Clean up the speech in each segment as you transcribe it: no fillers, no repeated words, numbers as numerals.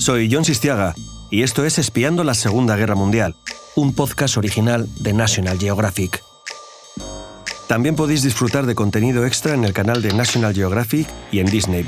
Soy Jon Sistiaga y esto es Espiando la Segunda Guerra Mundial, un podcast original de National Geographic. También podéis disfrutar de contenido extra en el canal de National Geographic y en Disney+.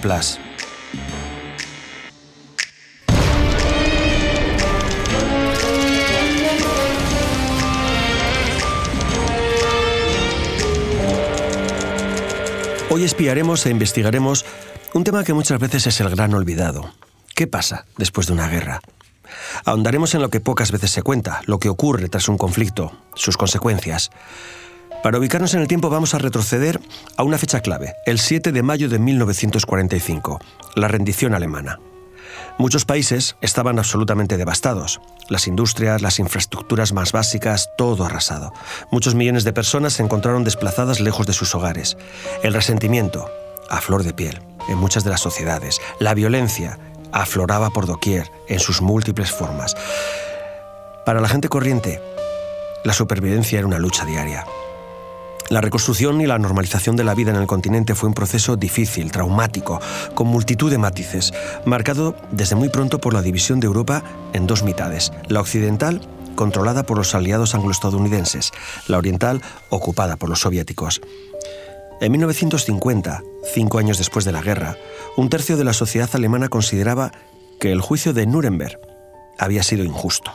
Hoy espiaremos e investigaremos un tema que muchas veces es el gran olvidado. ¿Qué pasa después de una guerra? Ahondaremos en lo que pocas veces se cuenta, lo que ocurre tras un conflicto, sus consecuencias. Para ubicarnos en el tiempo vamos a retroceder a una fecha clave, el 7 de mayo de 1945, la rendición alemana. Muchos países estaban absolutamente devastados. Las industrias, las infraestructuras más básicas, todo arrasado. Muchos millones de personas se encontraron desplazadas lejos de sus hogares. El resentimiento, a flor de piel, en muchas de las sociedades. La violencia afloraba por doquier, en sus múltiples formas. Para la gente corriente, la supervivencia era una lucha diaria. La reconstrucción y la normalización de la vida en el continente fue un proceso difícil, traumático, con multitud de matices, marcado desde muy pronto por la división de Europa en dos mitades. La occidental, controlada por los aliados anglo-estadounidenses, la oriental, ocupada por los soviéticos. En 1950, 5 años después de la guerra, un tercio de la sociedad alemana consideraba que el juicio de Nuremberg había sido injusto.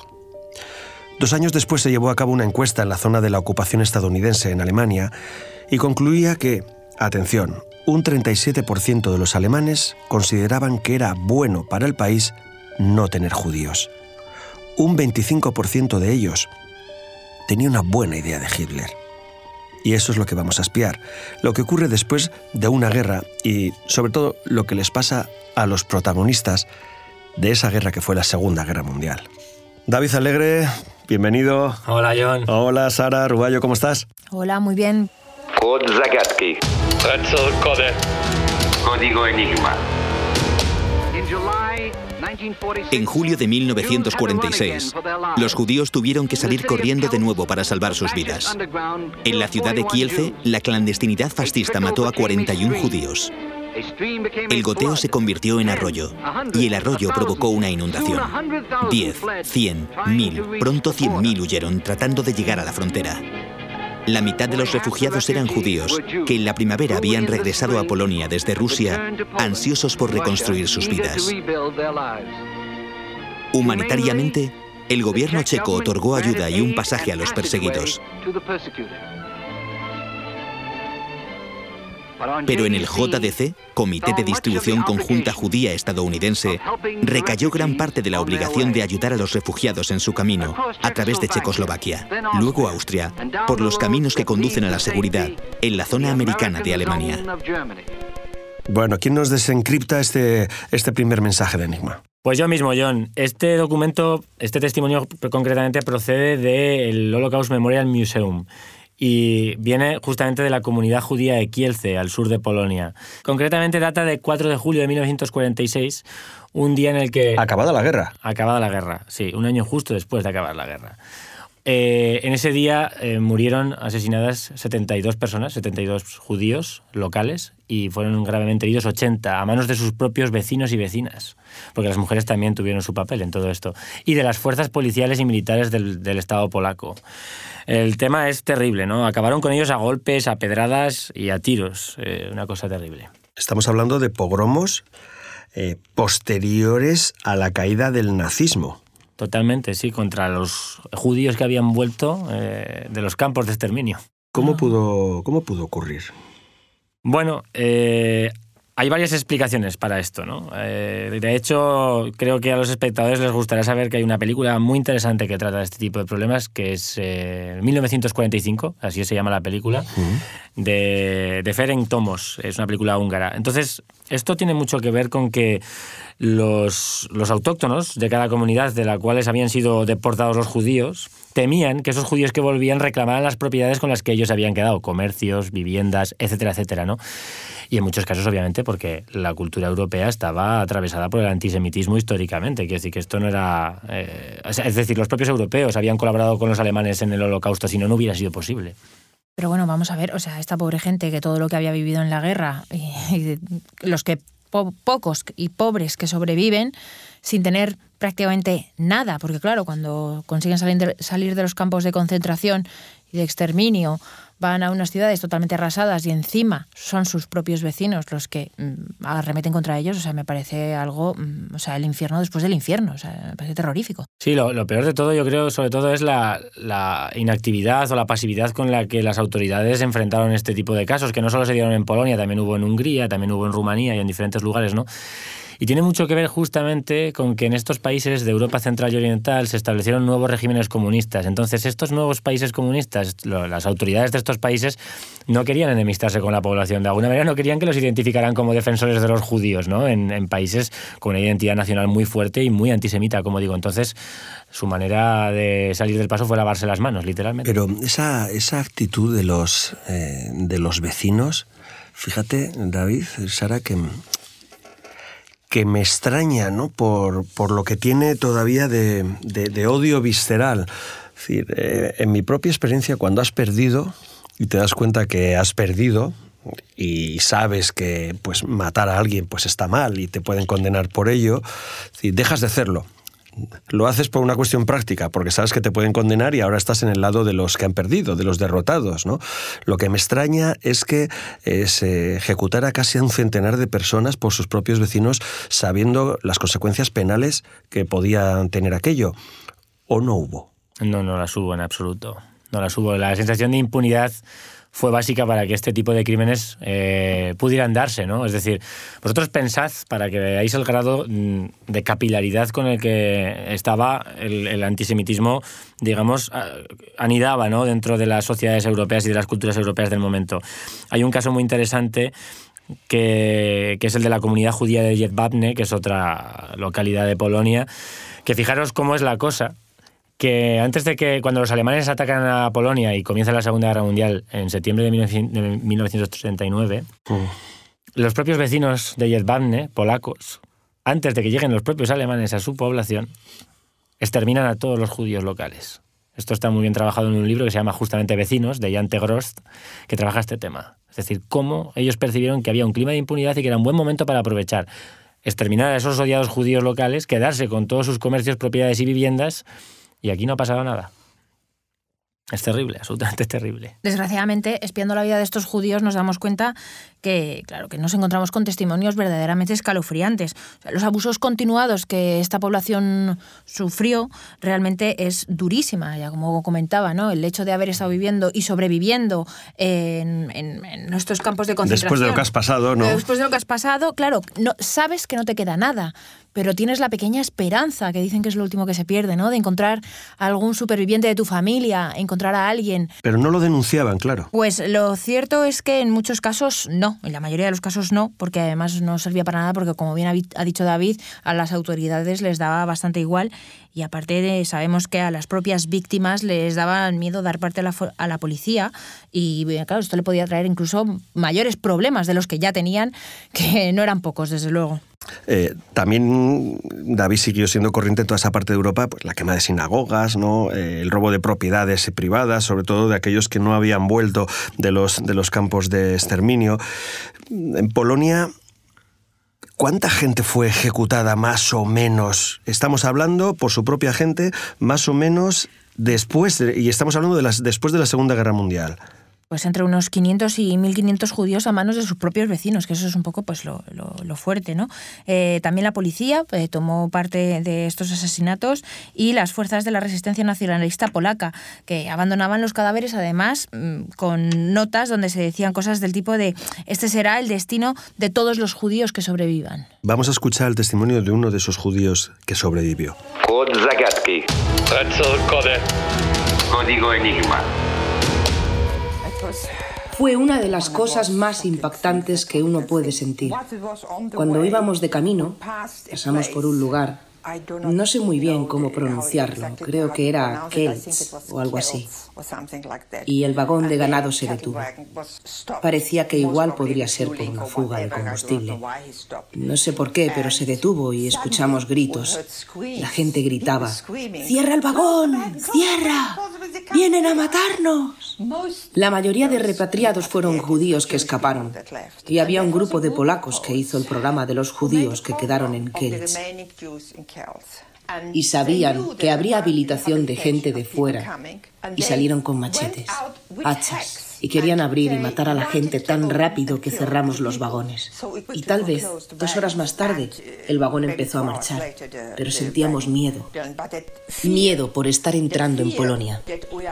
2 años después se llevó a cabo una encuesta en la zona de la ocupación estadounidense en Alemania y concluía que, atención, un 37% de los alemanes consideraban que era bueno para el país no tener judíos. Un 25% de ellos tenía una buena idea de Hitler. Y eso es lo que vamos a espiar, lo que ocurre después de una guerra y, sobre todo, lo que les pasa a los protagonistas de esa guerra que fue la Segunda Guerra Mundial. David Alegre, bienvenido. Hola, Jon. Hola, Sara Ruballo, ¿cómo estás? Hola, muy bien. Code Zagatsky. Code. Código Enigma. En julio de 1946, los judíos tuvieron que salir corriendo de nuevo para salvar sus vidas. En la ciudad de Kielce, la clandestinidad fascista mató a 41 judíos. El goteo se convirtió en arroyo, y el arroyo provocó una inundación. 10, 100, 1000, pronto 100.000 huyeron tratando de llegar a la frontera. La mitad de los refugiados eran judíos, que en la primavera habían regresado a Polonia desde Rusia, ansiosos por reconstruir sus vidas. Humanitariamente, el gobierno checo otorgó ayuda y un pasaje a los perseguidos. Pero en el JDC, Comité de Distribución Conjunta Judía Estadounidense, recayó gran parte de la obligación de ayudar a los refugiados en su camino, a través de Checoslovaquia, luego Austria, por los caminos que conducen a la seguridad, en la zona americana de Alemania. Bueno, ¿quién nos desencripta este primer mensaje de Enigma? Pues yo mismo, Jon. Este documento, este testimonio concretamente procede del Holocaust Memorial Museum y viene justamente de la comunidad judía de Kielce, al sur de Polonia. Concretamente data de 4 de julio de 1946, un día en el que... ¿Acabada la guerra? Acabada la guerra, sí, un año justo después de acabar la guerra. En ese día murieron asesinadas 72 personas, 72 judíos locales, y fueron gravemente heridos 80 a manos de sus propios vecinos y vecinas, porque las mujeres también tuvieron su papel en todo esto, y de las fuerzas policiales y militares del Estado polaco. El tema es terrible, ¿no? Acabaron con ellos a golpes, a pedradas y a tiros, una cosa terrible. Estamos hablando de pogromos posteriores a la caída del nazismo. Totalmente, sí, contra los judíos que habían vuelto de los campos de exterminio. ¿Cómo pudo ocurrir? Bueno, hay varias explicaciones para esto, ¿no? De hecho, creo que a los espectadores les gustaría saber que hay una película muy interesante que trata de este tipo de problemas, que es 1945, así se llama la película, de Ferenc Tomos. Es una película húngara. Entonces, esto tiene mucho que ver con que los autóctonos de cada comunidad de la cuales habían sido deportados los judíos temían que esos judíos que volvían reclamaran las propiedades con las que ellos habían quedado, comercios, viviendas, etcétera, etcétera, ¿no? Y en muchos casos, obviamente, porque la cultura europea estaba atravesada por el antisemitismo históricamente. Quiero decir que esto no era... es decir, los propios europeos habían colaborado con los alemanes en el Holocausto, si no, no hubiera sido posible. Pero bueno, vamos a ver, o sea, esta pobre gente que todo lo que había vivido en la guerra y los que pocos y pobres que sobreviven sin tener prácticamente nada, porque claro, cuando consiguen salir de los campos de concentración y de exterminio, van a unas ciudades totalmente arrasadas y encima son sus propios vecinos los que arremeten contra ellos. O sea, me parece algo, o sea, el infierno después del infierno. O sea, me parece terrorífico. Sí, lo peor de todo, yo creo, sobre todo, es la inactividad o la pasividad con la que las autoridades enfrentaron este tipo de casos, que no solo se dieron en Polonia, también hubo en Hungría, también hubo en Rumanía y en diferentes lugares, ¿no? Y tiene mucho que ver justamente con que en estos países de Europa Central y Oriental se establecieron nuevos regímenes comunistas. Entonces, estos nuevos países comunistas, las autoridades de estos países no querían enemistarse con la población. De alguna manera no querían que los identificaran como defensores de los judíos, ¿no? En países con una identidad nacional muy fuerte y muy antisemita, como digo. Entonces, su manera de salir del paso fue lavarse las manos, literalmente. Pero esa actitud de los vecinos, fíjate, David, Sara, que me extraña, ¿no? Por lo que tiene todavía de odio visceral. Es decir, en mi propia experiencia, cuando has perdido y te das cuenta que has perdido y sabes que pues matar a alguien pues está mal y te pueden condenar por ello, es decir, dejas de hacerlo. Lo haces por una cuestión práctica, porque sabes que te pueden condenar y ahora estás en el lado de los que han perdido, de los derrotados, ¿no? Lo que me extraña es que se ejecutara casi a un centenar de personas por sus propios vecinos, sabiendo las consecuencias penales que podía tener aquello. ¿O no hubo? No las hubo en absoluto. No las hubo. La sensación de impunidad fue básica para que este tipo de crímenes pudieran darse, ¿no? Es decir, vosotros pensad, para que veáis el grado de capilaridad con el que estaba el antisemitismo, digamos, anidaba, ¿no? Dentro de las sociedades europeas y de las culturas europeas del momento. Hay un caso muy interesante que es el de la comunidad judía de Jedwabne, que es otra localidad de Polonia, que fijaros cómo es la cosa, que antes de que, cuando los alemanes atacan a Polonia y comienza la Segunda Guerra Mundial en septiembre de 1939, los propios vecinos de Jedwabne, polacos, antes de que lleguen los propios alemanes a su población, exterminan a todos los judíos locales. Esto está muy bien trabajado en un libro que se llama justamente Vecinos, de Jan Tegrost, que trabaja este tema. Es decir, cómo ellos percibieron que había un clima de impunidad y que era un buen momento para aprovechar, exterminar a esos odiados judíos locales, quedarse con todos sus comercios, propiedades y viviendas. Y aquí no ha pasado nada. Es terrible, absolutamente terrible. Desgraciadamente, espiando la vida de estos judíos, nos damos cuenta que, claro, que nos encontramos con testimonios verdaderamente escalofriantes. O sea, los abusos continuados que esta población sufrió realmente es durísima, ya como comentaba, ¿no? El hecho de haber estado viviendo y sobreviviendo en nuestros campos de concentración. Después de lo que has pasado, ¿no? Después de lo que has pasado, claro, no, sabes que no te queda nada, pero tienes la pequeña esperanza, que dicen que es lo último que se pierde, ¿no? De encontrar a algún superviviente de tu familia, encontrar a alguien. Pero no lo denunciaban, claro. Pues lo cierto es que en muchos casos no, en la mayoría de los casos no, porque además no servía para nada, porque como bien ha dicho David, a las autoridades les daba bastante igual, y aparte sabemos que a las propias víctimas les daba miedo dar parte a la policía, y claro, esto le podía traer incluso mayores problemas de los que ya tenían, que no eran pocos, desde luego. También David siguió siendo corriente en toda esa parte de Europa, pues la quema de sinagogas, ¿no? El robo de propiedades privadas, sobre todo de aquellos que no habían vuelto de los campos de exterminio. En Polonia, ¿cuánta gente fue ejecutada más o menos? Estamos hablando, por su propia gente, más o menos después, y estamos hablando después de la Segunda Guerra Mundial. Pues entre unos 500 y 1.500 judíos a manos de sus propios vecinos, que eso es un poco pues lo fuerte, ¿no? También la policía tomó parte de estos asesinatos, y las fuerzas de la resistencia nacionalista polaca, que abandonaban los cadáveres, además, con notas donde se decían cosas del tipo de: este será el destino de todos los judíos que sobrevivan. Vamos a escuchar el testimonio de uno de esos judíos que sobrevivió. Код загадки. Código Enigma. Fue una de las cosas más impactantes que uno puede sentir. Cuando íbamos de camino, pasamos por un lugar. No sé muy bien cómo pronunciarlo, creo que era Kelts o algo así. Y el vagón de ganado se detuvo. Parecía que igual podría ser por una fuga de combustible. No sé por qué, pero se detuvo y escuchamos gritos. La gente gritaba: ¡cierra el vagón! ¡Cierra! ¡Vienen a matarnos! La mayoría de repatriados fueron judíos que escaparon. Y había un grupo de polacos que hizo el programa de los judíos que quedaron en Kielce. Y sabían que habría habilitación de gente de fuera. Y salieron con machetes, hachas. Y querían abrir y matar a la gente tan rápido que cerramos los vagones. Y tal vez, 2 horas más tarde, el vagón empezó a marchar. Pero sentíamos miedo. Miedo por estar entrando en Polonia.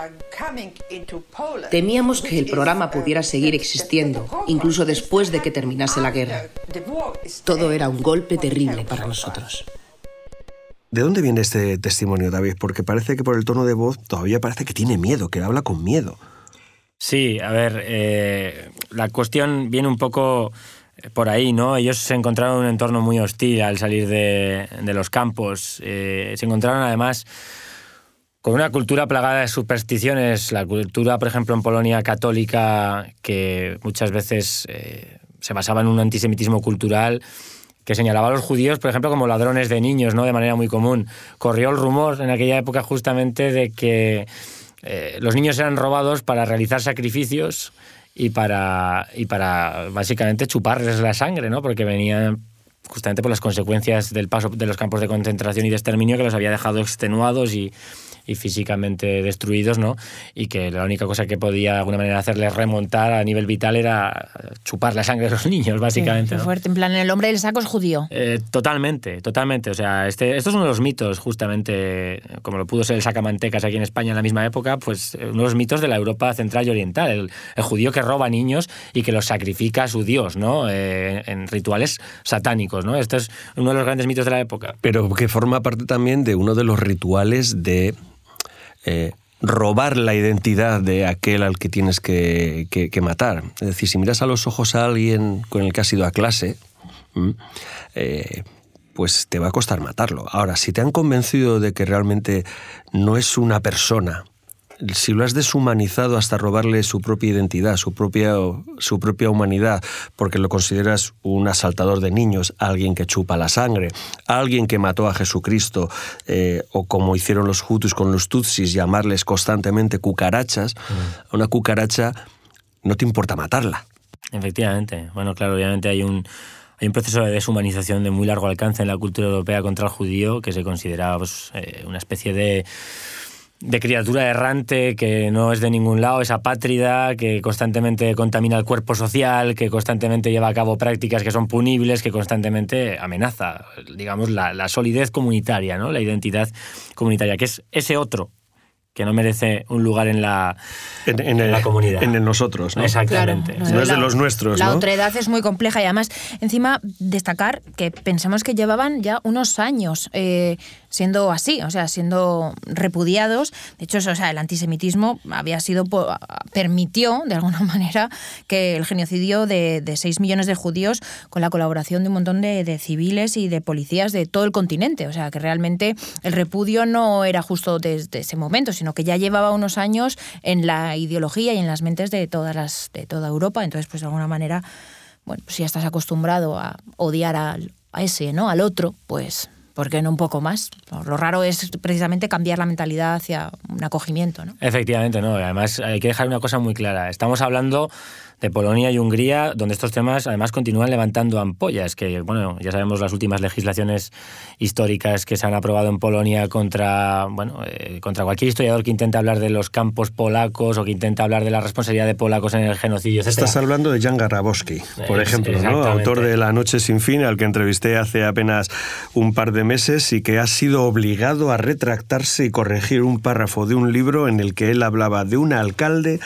Temíamos que el programa pudiera seguir existiendo, incluso después de que terminase la guerra. Todo era un golpe terrible para nosotros. ¿De dónde viene este testimonio, David? Porque parece que por el tono de voz todavía parece que tiene miedo, que habla con miedo. Sí, a ver, la cuestión viene un poco por ahí, ¿no? Ellos se encontraron en un entorno muy hostil al salir de los campos. Se encontraron además con una cultura plagada de supersticiones. La cultura, por ejemplo, en Polonia católica, que muchas veces se basaba en un antisemitismo cultural que señalaba a los judíos, por ejemplo, como ladrones de niños, ¿no? De manera muy común. Corrió el rumor en aquella época justamente de que los niños eran robados para realizar sacrificios y para básicamente chuparles la sangre, ¿no? Porque venían justamente por las consecuencias del paso de los campos de concentración y de exterminio, que los había dejado extenuados y físicamente destruidos, ¿no? Y que la única cosa que podía de alguna manera hacerles remontar a nivel vital era chupar la sangre de los niños, básicamente. Sí, ¿no? Fuerte, en plan, el hombre del saco es judío. Totalmente. O sea, esto es uno de los mitos, justamente, como lo pudo ser el sacamantecas aquí en España en la misma época, pues uno de los mitos de la Europa central y oriental. El judío que roba niños y que los sacrifica a su dios, ¿no? En rituales satánicos, ¿no? Esto es uno de los grandes mitos de la época. Pero que forma parte también de uno de los rituales de robar la identidad de aquel al que tienes que matar. Es decir, si miras a los ojos a alguien con el que has ido a clase, pues te va a costar matarlo. Ahora, si te han convencido de que realmente no es una persona, si lo has deshumanizado hasta robarle su propia identidad, su propia humanidad, porque lo consideras un asaltador de niños, alguien que chupa la sangre, alguien que mató a Jesucristo, o como hicieron los Hutus con los Tutsis, llamarles constantemente cucarachas, a una cucaracha no te importa matarla. Efectivamente. Bueno, claro, obviamente hay un proceso de deshumanización de muy largo alcance en la cultura europea contra el judío, que se considera pues, una especie de criatura errante que no es de ningún lado, es apátrida, que constantemente contamina el cuerpo social, que constantemente lleva a cabo prácticas que son punibles, que constantemente amenaza, digamos, la solidez comunitaria, ¿no? La identidad comunitaria, que es ese otro que no merece un lugar en la comunidad. En el nosotros, ¿no? Exactamente. Claro, no es de los nuestros, ¿no? La otredad es muy compleja y además, encima, destacar que pensamos que llevaban ya unos años siendo así, o sea, siendo repudiados. De hecho, o sea, el antisemitismo permitió, de alguna manera, que el genocidio de 6 millones de judíos con la colaboración de un montón de civiles y de policías de todo el continente. O sea, que realmente el repudio no era justo desde ese momento, sino que ya llevaba unos años en la ideología y en las mentes de toda Europa. Entonces, pues de alguna manera, bueno, pues si ya estás acostumbrado a odiar a ese, ¿no? Al otro, pues ¿por qué no un poco más? Lo raro es precisamente cambiar la mentalidad hacia un acogimiento, ¿no? Efectivamente, ¿no? Además, hay que dejar una cosa muy clara. Estamos hablando de Polonia y Hungría, donde estos temas además continúan levantando ampollas, que, bueno, ya sabemos las últimas legislaciones históricas que se han aprobado en Polonia contra cualquier historiador que intente hablar de los campos polacos o que intente hablar de la responsabilidad de polacos en el genocidio, etc. Estás hablando de Jan Garabowski, por ejemplo, ¿no? Autor de La noche sin fin, al que entrevisté hace apenas un par de meses y que ha sido obligado a retractarse y corregir un párrafo de un libro en el que él hablaba de un alcalde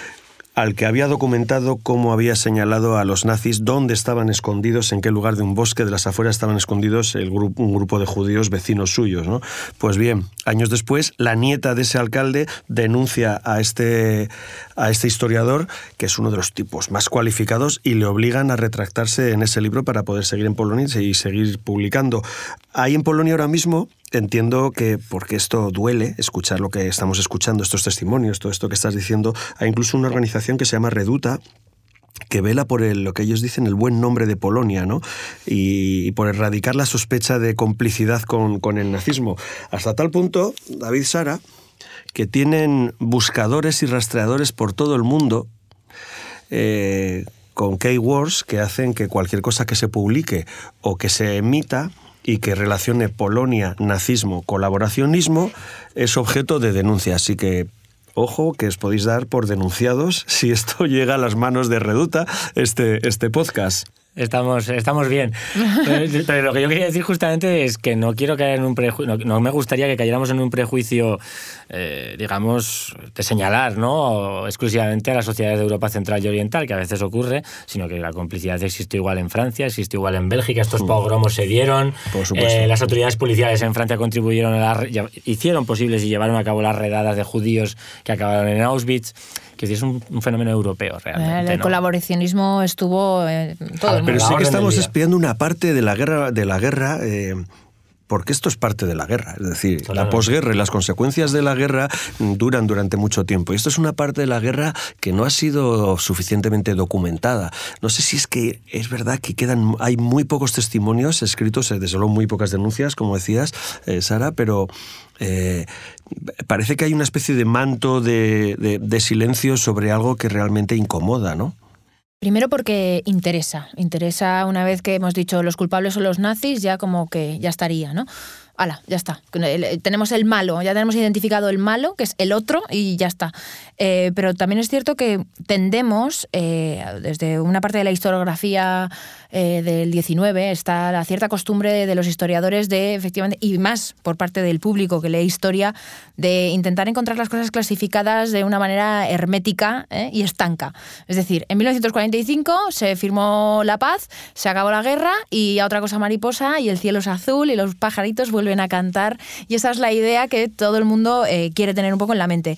al que había documentado cómo había señalado a los nazis dónde estaban escondidos, en qué lugar de un bosque de las afueras estaban escondidos un grupo de judíos vecinos suyos, ¿no? Pues bien, años después, la nieta de ese alcalde denuncia a este historiador, que es uno de los tipos más cualificados, y le obligan a retractarse en ese libro para poder seguir en Polonia y seguir publicando. Ahí en Polonia ahora mismo, entiendo que, porque esto duele, escuchar lo que estamos escuchando, estos testimonios, todo esto que estás diciendo, hay incluso una organización que se llama Reduta, que vela por lo que ellos dicen el buen nombre de Polonia, ¿no? Y por erradicar la sospecha de complicidad con el nazismo. Hasta tal punto, David, Sara, que tienen buscadores y rastreadores por todo el mundo, con keywords que hacen que cualquier cosa que se publique o que se emita y que relacione Polonia, nazismo, colaboracionismo, es objeto de denuncia. Así que, ojo, que os podéis dar por denunciados si esto llega a las manos de Reduta, este podcast. Estamos bien. Pero lo que yo quería decir justamente es que no quiero caer en un prejuicio, no me gustaría que cayéramos en un prejuicio, digamos, de señalar, ¿no?, exclusivamente a las sociedades de Europa Central y Oriental, que a veces ocurre, sino que la complicidad existió igual en Francia, existió igual en Bélgica, estos pogromos se dieron, por supuesto. Las autoridades policiales en Francia contribuyeron hicieron posibles y llevaron a cabo las redadas de judíos que acabaron en Auschwitz. Que es un fenómeno europeo realmente. El colaboracionismo estuvo en todo el mundo. Pero sí que estamos espiando una parte de la guerra, porque esto es parte de la guerra. Es decir, la posguerra y las consecuencias de la guerra duran durante mucho tiempo. Y esto es una parte de la guerra que no ha sido suficientemente documentada. No sé si es que es verdad que hay muy pocos testimonios escritos, desde luego muy pocas denuncias, como decías, Sara, pero parece que hay una especie de manto de silencio sobre algo que realmente incomoda, ¿no? Primero porque interesa una vez que hemos dicho los culpables son los nazis, ya como que ya estaría, ¿no? ¡Hala! Ya está. Tenemos el malo, ya tenemos identificado el malo, que es el otro, y ya está. Pero también es cierto que tendemos, desde una parte de la historiografía del 19, está la cierta costumbre de los historiadores de, efectivamente, y más por parte del público que lee historia, de intentar encontrar las cosas clasificadas de una manera hermética y estanca. Es decir, en 1945 se firmó la paz, se acabó la guerra y a otra cosa mariposa y el cielo es azul y los pajaritos vuelven a cantar, y esa es la idea que todo el mundo quiere tener un poco en la mente.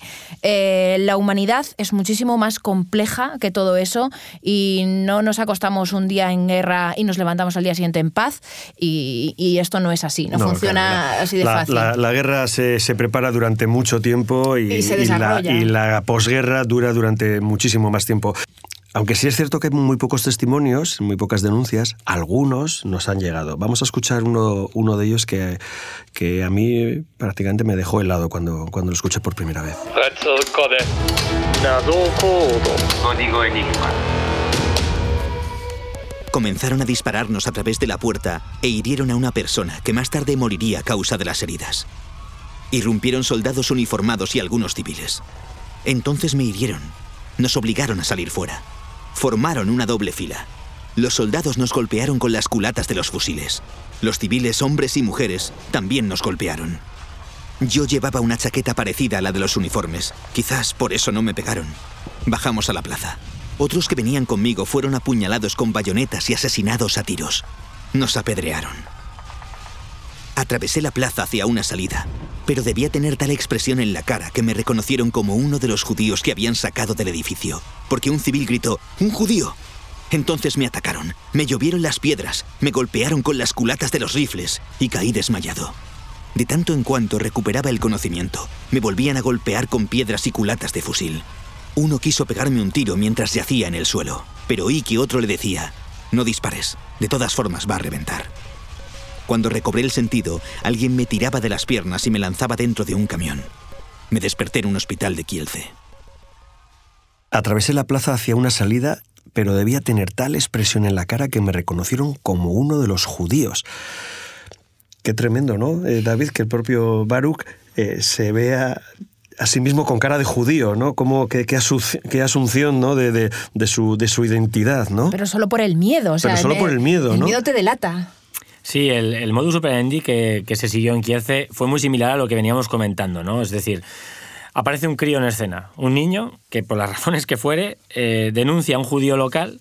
La humanidad es muchísimo más compleja que todo eso, y no nos acostamos un día en guerra y nos levantamos al día siguiente en paz, y esto no es así, no funciona así de fácil. La guerra se prepara durante mucho tiempo y se desarrolla. Y la posguerra dura durante muchísimo más tiempo. Aunque sí es cierto que hay muy pocos testimonios, muy pocas denuncias, algunos nos han llegado. Vamos a escuchar uno de ellos que a mí prácticamente me dejó helado cuando lo escuché por primera vez. Código Enigma. Comenzaron a dispararnos a través de la puerta e hirieron a una persona que más tarde moriría a causa de las heridas. Irrumpieron soldados uniformados y algunos civiles. Entonces me hirieron. Nos obligaron a salir fuera. Formaron una doble fila. Los soldados nos golpearon con las culatas de los fusiles. Los civiles, hombres y mujeres, también nos golpearon. Yo llevaba una chaqueta parecida a la de los uniformes. Quizás por eso no me pegaron. Bajamos a la plaza. Otros que venían conmigo fueron apuñalados con bayonetas y asesinados a tiros. Nos apedrearon. Atravesé la plaza hacia una salida, pero debía tener tal expresión en la cara que me reconocieron como uno de los judíos que habían sacado del edificio, porque un civil gritó, ¡un judío! Entonces me atacaron, me llovieron las piedras, me golpearon con las culatas de los rifles y caí desmayado. De tanto en cuanto recuperaba el conocimiento, me volvían a golpear con piedras y culatas de fusil. Uno quiso pegarme un tiro mientras yacía en el suelo, pero oí que otro le decía, no dispares, de todas formas va a reventar. Cuando recobré el sentido, alguien me tiraba de las piernas y me lanzaba dentro de un camión. Me desperté en un hospital de Kielce. Atravesé la plaza hacia una salida, pero debía tener tal expresión en la cara que me reconocieron como uno de los judíos. Qué tremendo, ¿no, David? Que el propio Baruch se vea a sí mismo con cara de judío, ¿no? Como qué asunción, ¿no? de su identidad, ¿no? Pero solo por el miedo. Pero solo por el miedo, ¿no? El miedo te delata. Sí, el modus operandi que se siguió en Kielce fue muy similar a lo que veníamos comentando, ¿no? Es decir, aparece un crío en escena, un niño que por las razones que fuere denuncia a un judío local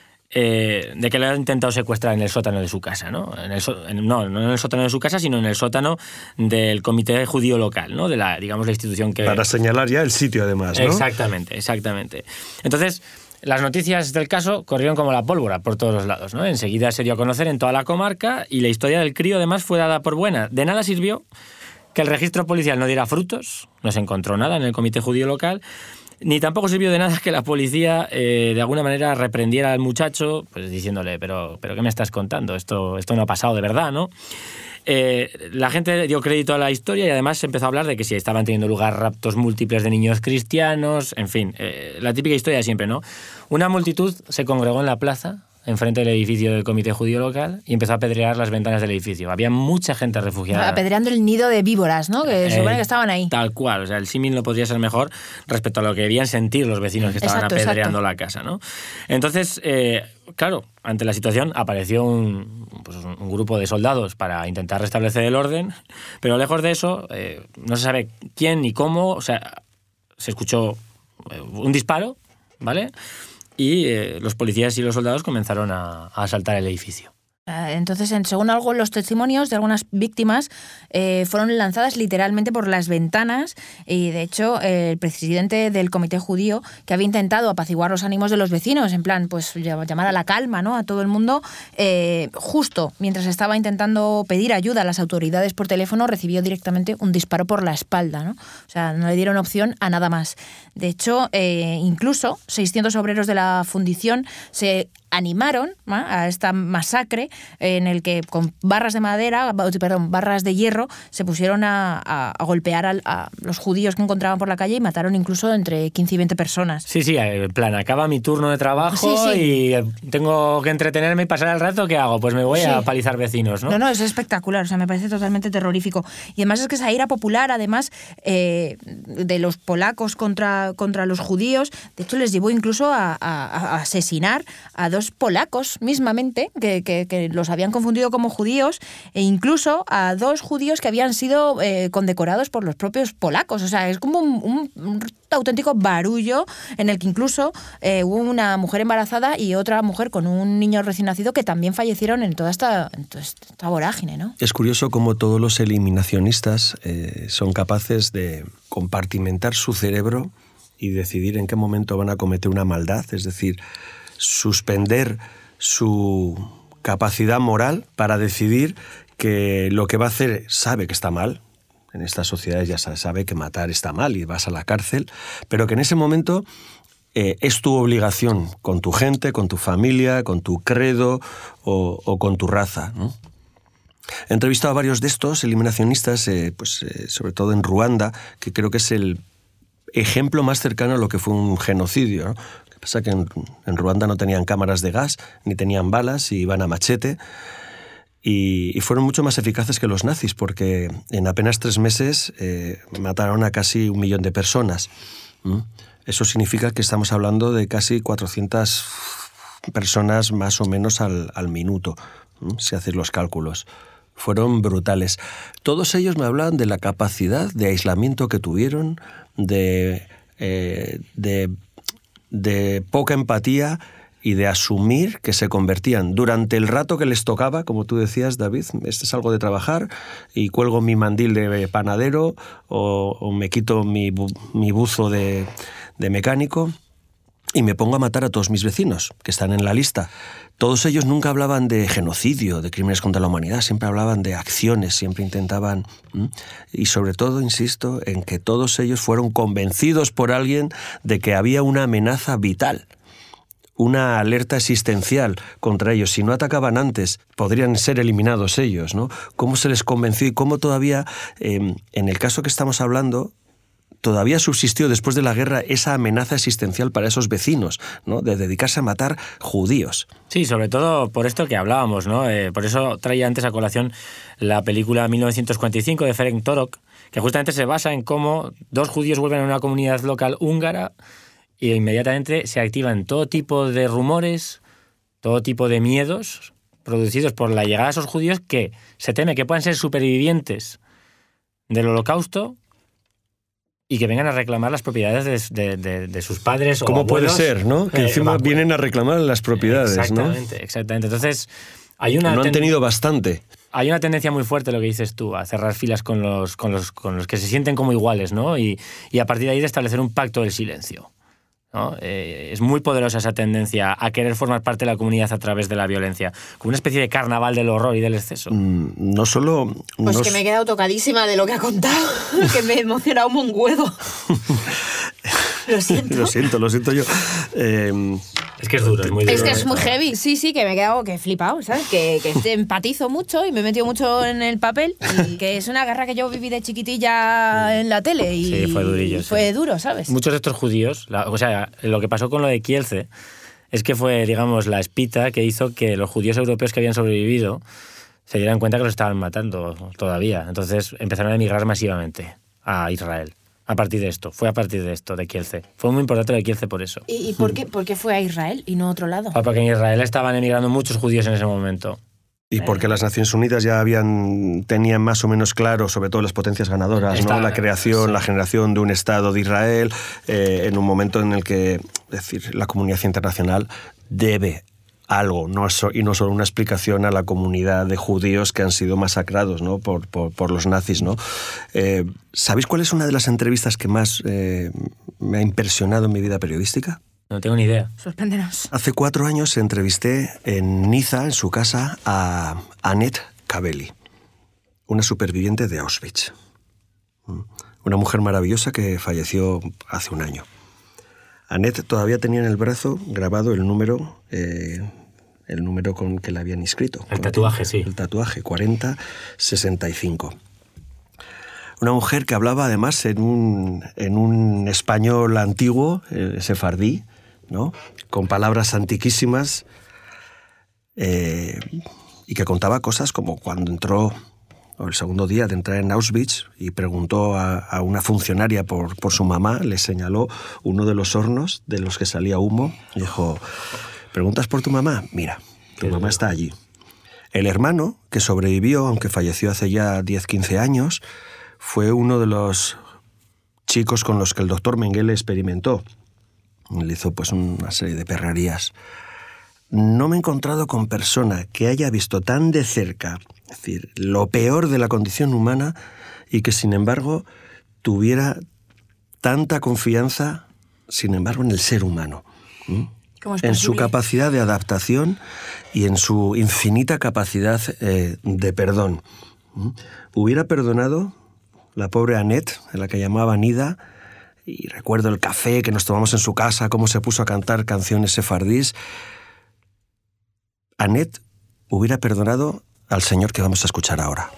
de que le han intentado secuestrar en el sótano de su casa, ¿no? No en el sótano de su casa, sino en el sótano del comité judío local, ¿no? De la institución que... Para señalar ya el sitio, además, ¿no? Exactamente. Entonces, las noticias del caso corrieron como la pólvora por todos los lados, ¿no? Enseguida se dio a conocer en toda la comarca y la historia del crío además fue dada por buena. De nada sirvió que el registro policial no diera frutos, no se encontró nada en el comité judío local, Ni tampoco sirvió de nada que la policía de alguna manera reprendiera al muchacho, pues diciéndole, pero ¿qué me estás contando? Esto no ha pasado de verdad, ¿no? La gente dio crédito a la historia y además se empezó a hablar de que sí, estaban teniendo lugar raptos múltiples de niños cristianos, en fin, la típica historia de siempre, ¿no? Una multitud se congregó en la plaza, enfrente del edificio del comité judío local, y empezó a apedrear las ventanas del edificio. Había mucha gente refugiada. Apedreando el nido de víboras, ¿no? Que supone que estaban ahí. Tal cual, o sea, el símil no podría ser mejor respecto a lo que debían sentir los vecinos que estaban apedreando la casa, ¿no? Entonces, claro, ante la situación apareció un grupo de soldados para intentar restablecer el orden, pero lejos de eso, no se sabe quién ni cómo, o sea, se escuchó un disparo, ¿vale? Y los policías y los soldados comenzaron a asaltar el edificio. Entonces, según los testimonios de algunas víctimas, fueron lanzadas literalmente por las ventanas y, de hecho, el presidente del comité judío, que había intentado apaciguar los ánimos de los vecinos, en plan, pues llamar a la calma, ¿no?, a todo el mundo, justo mientras estaba intentando pedir ayuda a las autoridades por teléfono, recibió directamente un disparo por la espalda, ¿no? O sea, no le dieron opción a nada más. De hecho, incluso 600 obreros de la fundición se animaron a esta masacre en el que con barras de hierro se pusieron a golpear a los judíos que encontraban por la calle y mataron incluso entre 15 y 20 personas. Sí, en plan, acaba mi turno de trabajo y tengo que entretenerme y pasar el rato, ¿qué hago? Pues me voy a palizar vecinos, ¿no? No, es espectacular, o sea, me parece totalmente terrorífico. Y además es que esa ira popular, además, de los polacos contra los judíos, de hecho les llevó incluso a asesinar a dos polacos mismamente, que los habían confundido como judíos, e incluso a dos judíos que habían sido condecorados por los propios polacos. O sea, es como un auténtico barullo en el que incluso hubo una mujer embarazada y otra mujer con un niño recién nacido que también fallecieron en toda esta vorágine, ¿no? Es curioso cómo todos los eliminacionistas son capaces de compartimentar su cerebro y decidir en qué momento van a cometer una maldad, es decir, suspender su capacidad moral para decidir que lo que va a hacer sabe que está mal. En estas sociedades ya se sabe que matar está mal y vas a la cárcel, pero que en ese momento es tu obligación con tu gente, con tu familia, con tu credo o con tu raza, ¿no? He entrevistado a varios de estos eliminacionistas, sobre todo en Ruanda, que creo que es el ejemplo más cercano a lo que fue un genocidio, ¿no? Lo que pasa es que en Ruanda no tenían cámaras de gas, ni tenían balas, y iban a machete, y fueron mucho más eficaces que los nazis, porque en apenas 3 meses mataron a casi 1 millón de personas. Eso significa que estamos hablando de casi 400 personas más o menos al minuto, si haces los cálculos. Fueron brutales. Todos ellos me hablaban de la capacidad de aislamiento que tuvieron, de poca empatía y de asumir que se convertían durante el rato que les tocaba, como tú decías, David, salgo de trabajar y cuelgo mi mandil de panadero o me quito mi buzo de mecánico y me pongo a matar a todos mis vecinos que están en la lista. Todos ellos nunca hablaban de genocidio, de crímenes contra la humanidad, siempre hablaban de acciones, siempre intentaban... Y sobre todo, insisto, en que todos ellos fueron convencidos por alguien de que había una amenaza vital, una alerta existencial contra ellos. Si no atacaban antes, podrían ser eliminados ellos, ¿no? ¿Cómo se les convenció y cómo todavía, en el caso que estamos hablando, todavía subsistió después de la guerra esa amenaza existencial para esos vecinos, ¿no?, de dedicarse a matar judíos? Sí, sobre todo por esto que hablábamos, ¿no? Por eso traía antes a colación la película 1945 de Ferenc Torok, que justamente se basa en cómo 2 judíos vuelven a una comunidad local húngara y inmediatamente se activan todo tipo de rumores, todo tipo de miedos producidos por la llegada de esos judíos que se teme que puedan ser supervivientes del Holocausto y que vengan a reclamar las propiedades de sus padres o ¿cómo abuelos? puede ser, no? Que encima vienen a reclamar las propiedades, exactamente, ¿no? Exactamente. Entonces, no han tenido bastante. Hay una tendencia muy fuerte, lo que dices tú, a cerrar filas con los que se sienten como iguales, ¿no? Y a partir de ahí de establecer un pacto del silencio, ¿no? Es muy poderosa esa tendencia a querer formar parte de la comunidad a través de la violencia, como una especie de carnaval del horror y del exceso. No solo... Pues que me he quedado tocadísima de lo que ha contado, que me he emocionado un huevo. Lo siento. Lo siento yo. Es que es duro, es muy duro. Es que es muy heavy. Sí, que me he quedado que he flipado, ¿sabes? Que empatizo mucho y me he metido mucho en el papel y que es una guerra que yo viví de chiquitilla en la tele y sí, fue durillo. Fue duro, ¿sabes? Muchos de estos judíos, o sea, lo que pasó con lo de Kielce es que fue, digamos, la espita que hizo que los judíos europeos que habían sobrevivido se dieran cuenta que los estaban matando todavía. Entonces empezaron a emigrar masivamente a Israel. A partir de esto, de Kielce. Fue muy importante lo de Kielce por eso. ¿Y por qué fue a Israel y no a otro lado? Porque en Israel estaban emigrando muchos judíos en ese momento. Y porque las Naciones Unidas ya tenían más o menos claro, sobre todo las potencias ganadoras, ¿no? La creación, sí, la generación de un Estado de Israel, en un momento en el que, es decir, la comunidad internacional debe algo, y no solo una explicación a la comunidad de judíos que han sido masacrados, ¿no? por los nazis, ¿no? ¿Sabéis cuál es una de las entrevistas que más me ha impresionado en mi vida periodística? No tengo ni idea. Sorpréndenos. Hace 4 años entrevisté en Niza, en su casa, a Annette Kabeli, una superviviente de Auschwitz. Una mujer maravillosa que falleció hace un año. Annette todavía tenía en el brazo grabado el número con que la habían inscrito. El tatuaje, sí. El tatuaje, 4065. Una mujer que hablaba además en un español antiguo, sefardí, ¿no? Con palabras antiquísimas, y que contaba cosas como cuando entró, el segundo día de entrar en Auschwitz, y preguntó a una funcionaria por su mamá, le señaló uno de los hornos de los que salía humo, y dijo: ¿preguntas por tu mamá? Mira, tu mamá está allí. El hermano, que sobrevivió, aunque falleció hace ya 10-15 años, fue uno de los chicos con los que el doctor Mengele experimentó. Le hizo pues una serie de perrerías. No me he encontrado con persona que haya visto tan de cerca, es decir, lo peor de la condición humana, y que sin embargo tuviera tanta confianza, sin embargo, en el ser humano. En su capacidad de adaptación y en su infinita capacidad de perdón. Hubiera perdonado la pobre Annette, en la que llamaba Nida, y recuerdo el café que nos tomamos en su casa, cómo se puso a cantar canciones sefardís. Annette hubiera perdonado al señor que vamos a escuchar ahora.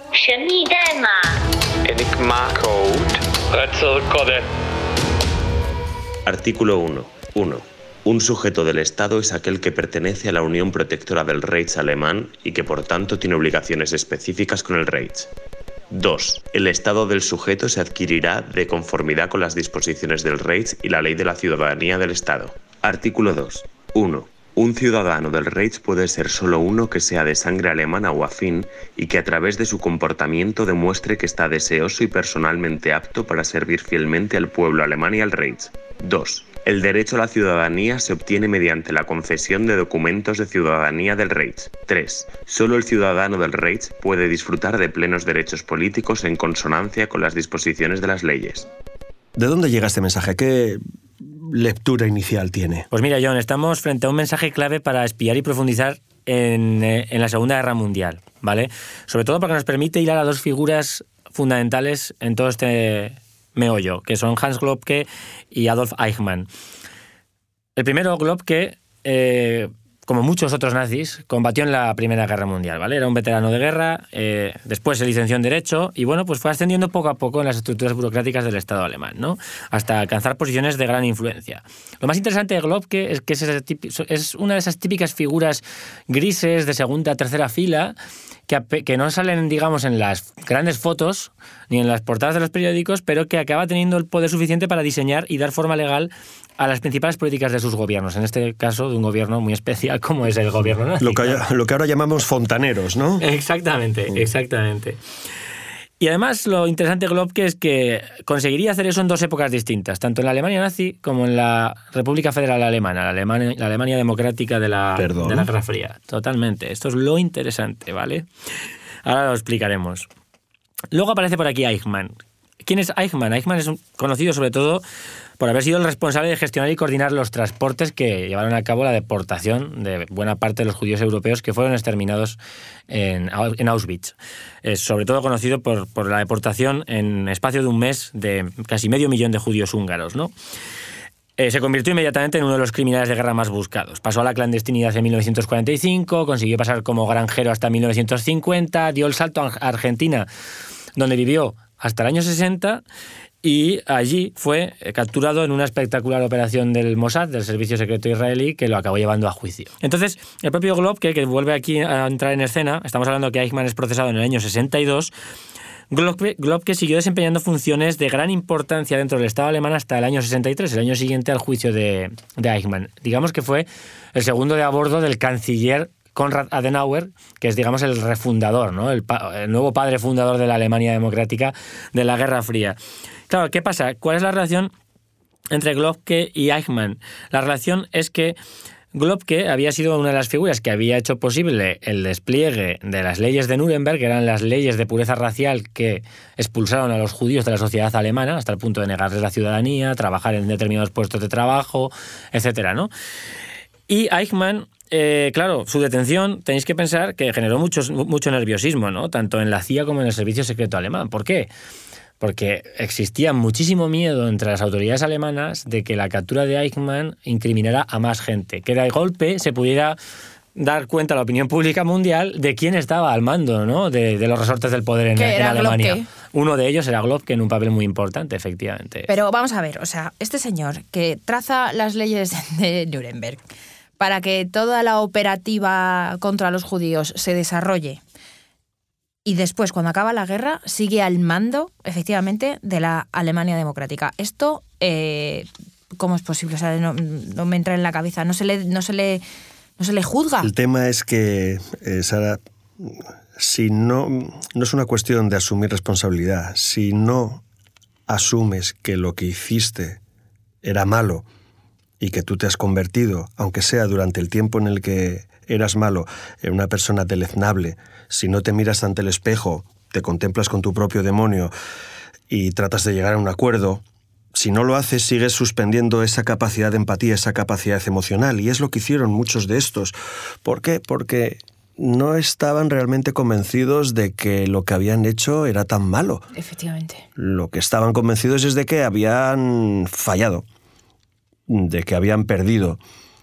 Enigma Code. Artículo 1. 1. Un sujeto del Estado es aquel que pertenece a la Unión Protectora del Reich alemán y que por tanto tiene obligaciones específicas con el Reich. 2. El estado del sujeto se adquirirá de conformidad con las disposiciones del Reich y la ley de la ciudadanía del Estado. Artículo 2. 1. Un ciudadano del Reich puede ser solo uno que sea de sangre alemana o afín y que a través de su comportamiento demuestre que está deseoso y personalmente apto para servir fielmente al pueblo alemán y al Reich. 2. El derecho a la ciudadanía se obtiene mediante la concesión de documentos de ciudadanía del Reich. 3. Solo el ciudadano del Reich puede disfrutar de plenos derechos políticos en consonancia con las disposiciones de las leyes. ¿De dónde llega este mensaje? ¿Qué lectura inicial tiene? Pues mira, John, estamos frente a un mensaje clave para espiar y profundizar en la Segunda Guerra Mundial, ¿vale? Sobre todo porque nos permite hilar a dos figuras fundamentales en todo este meollo, que son Hans Globke y Adolf Eichmann. El primero, Globke, como muchos otros nazis, combatió en la Primera Guerra Mundial, ¿vale? Era un veterano de guerra, después se licenció en Derecho y, bueno, pues fue ascendiendo poco a poco en las estructuras burocráticas del Estado alemán, ¿no? Hasta alcanzar posiciones de gran influencia. Lo más interesante de Globke es que es una de esas típicas figuras grises de segunda, tercera fila que no salen, digamos, en las grandes fotos ni en las portadas de los periódicos, pero que acaba teniendo el poder suficiente para diseñar y dar forma legal a las principales políticas de sus gobiernos, en este caso de un gobierno muy especial como es el gobierno nazi. Lo que ahora llamamos fontaneros, ¿no? Exactamente. Y además lo interesante de Globke es que conseguiría hacer eso en dos épocas distintas, tanto en la Alemania nazi como en la República Federal Alemana, la Alemania democrática de la Guerra Fría. Totalmente. Esto es lo interesante, ¿vale? Ahora lo explicaremos. Luego aparece por aquí Eichmann. ¿Quién es Eichmann? Eichmann es conocido sobre todo por haber sido el responsable de gestionar y coordinar los transportes que llevaron a cabo la deportación de buena parte de los judíos europeos que fueron exterminados en Auschwitz. Es sobre todo conocido por la deportación en espacio de un mes de casi 500.000 de judíos húngaros, ¿no? Se convirtió inmediatamente en uno de los criminales de guerra más buscados. Pasó a la clandestinidad en 1945, consiguió pasar como granjero hasta 1950, dio el salto a Argentina, donde vivió hasta el año 60, y allí fue capturado en una espectacular operación del Mossad, del servicio secreto israelí, que lo acabó llevando a juicio. Entonces, el propio Globke, que vuelve aquí a entrar en escena, estamos hablando que Eichmann es procesado en el año 62, Globke siguió desempeñando funciones de gran importancia dentro del Estado alemán hasta el año 63, el año siguiente al juicio de Eichmann. Digamos que fue el segundo de a bordo del canciller Konrad Adenauer, que es, digamos, el refundador, ¿no? El nuevo padre fundador de la Alemania democrática de la Guerra Fría. Claro, ¿qué pasa? ¿Cuál es la relación entre Globke y Eichmann? La relación es que Globke había sido una de las figuras que había hecho posible el despliegue de las leyes de Nuremberg, que eran las leyes de pureza racial que expulsaron a los judíos de la sociedad alemana hasta el punto de negarles la ciudadanía, trabajar en determinados puestos de trabajo, etcétera, ¿no? Y Eichmann, claro, su detención, tenéis que pensar que generó mucho nerviosismo, ¿no? Tanto en la CIA como en el servicio secreto alemán. ¿Por qué? Porque existía muchísimo miedo entre las autoridades alemanas de que la captura de Eichmann incriminara a más gente, que de golpe se pudiera dar cuenta a la opinión pública mundial de quién estaba al mando, ¿no? de los resortes del poder en Alemania. Globke. Uno de ellos era Globke, en un papel muy importante, efectivamente. Pero vamos a ver, o sea, este señor que traza las leyes de Nuremberg para que toda la operativa contra los judíos se desarrolle, y después, cuando acaba la guerra, sigue al mando, efectivamente, de la Alemania democrática. Esto, ¿cómo es posible? O sea, no me entra en la cabeza. No se le juzga. El tema es que, Sara, si no es una cuestión de asumir responsabilidad. Si no asumes que lo que hiciste era malo y que tú te has convertido, aunque sea durante el tiempo en el que eras malo, en una persona deleznable, si no te miras ante el espejo, te contemplas con tu propio demonio y tratas de llegar a un acuerdo, si no lo haces, sigues suspendiendo esa capacidad de empatía, esa capacidad emocional. Y es lo que hicieron muchos de estos. ¿Por qué? Porque no estaban realmente convencidos de que lo que habían hecho era tan malo. Efectivamente. Lo que estaban convencidos es de que habían fallado, de que habían perdido.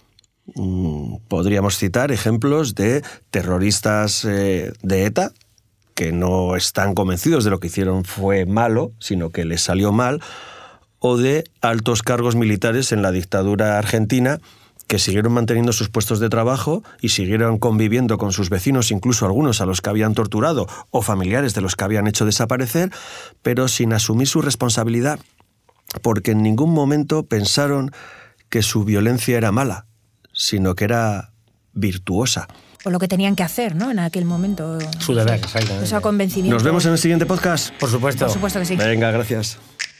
Podríamos citar ejemplos de terroristas de ETA que no están convencidos de lo que hicieron fue malo, sino que les salió mal, o de altos cargos militares en la dictadura argentina que siguieron manteniendo sus puestos de trabajo y siguieron conviviendo con sus vecinos, incluso algunos a los que habían torturado o familiares de los que habían hecho desaparecer, pero sin asumir su responsabilidad, porque en ningún momento pensaron que su violencia era mala, sino que era virtuosa. O lo que tenían que hacer, ¿no? En aquel momento. Su deber, exactamente. Ese convencimiento. ¿Nos vemos en el siguiente podcast? Por supuesto. Por supuesto que sí. Venga, gracias.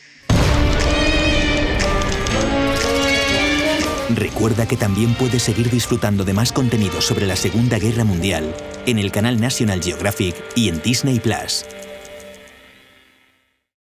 Recuerda que también puedes seguir disfrutando de más contenido sobre la Segunda Guerra Mundial en el canal National Geographic y en Disney Plus.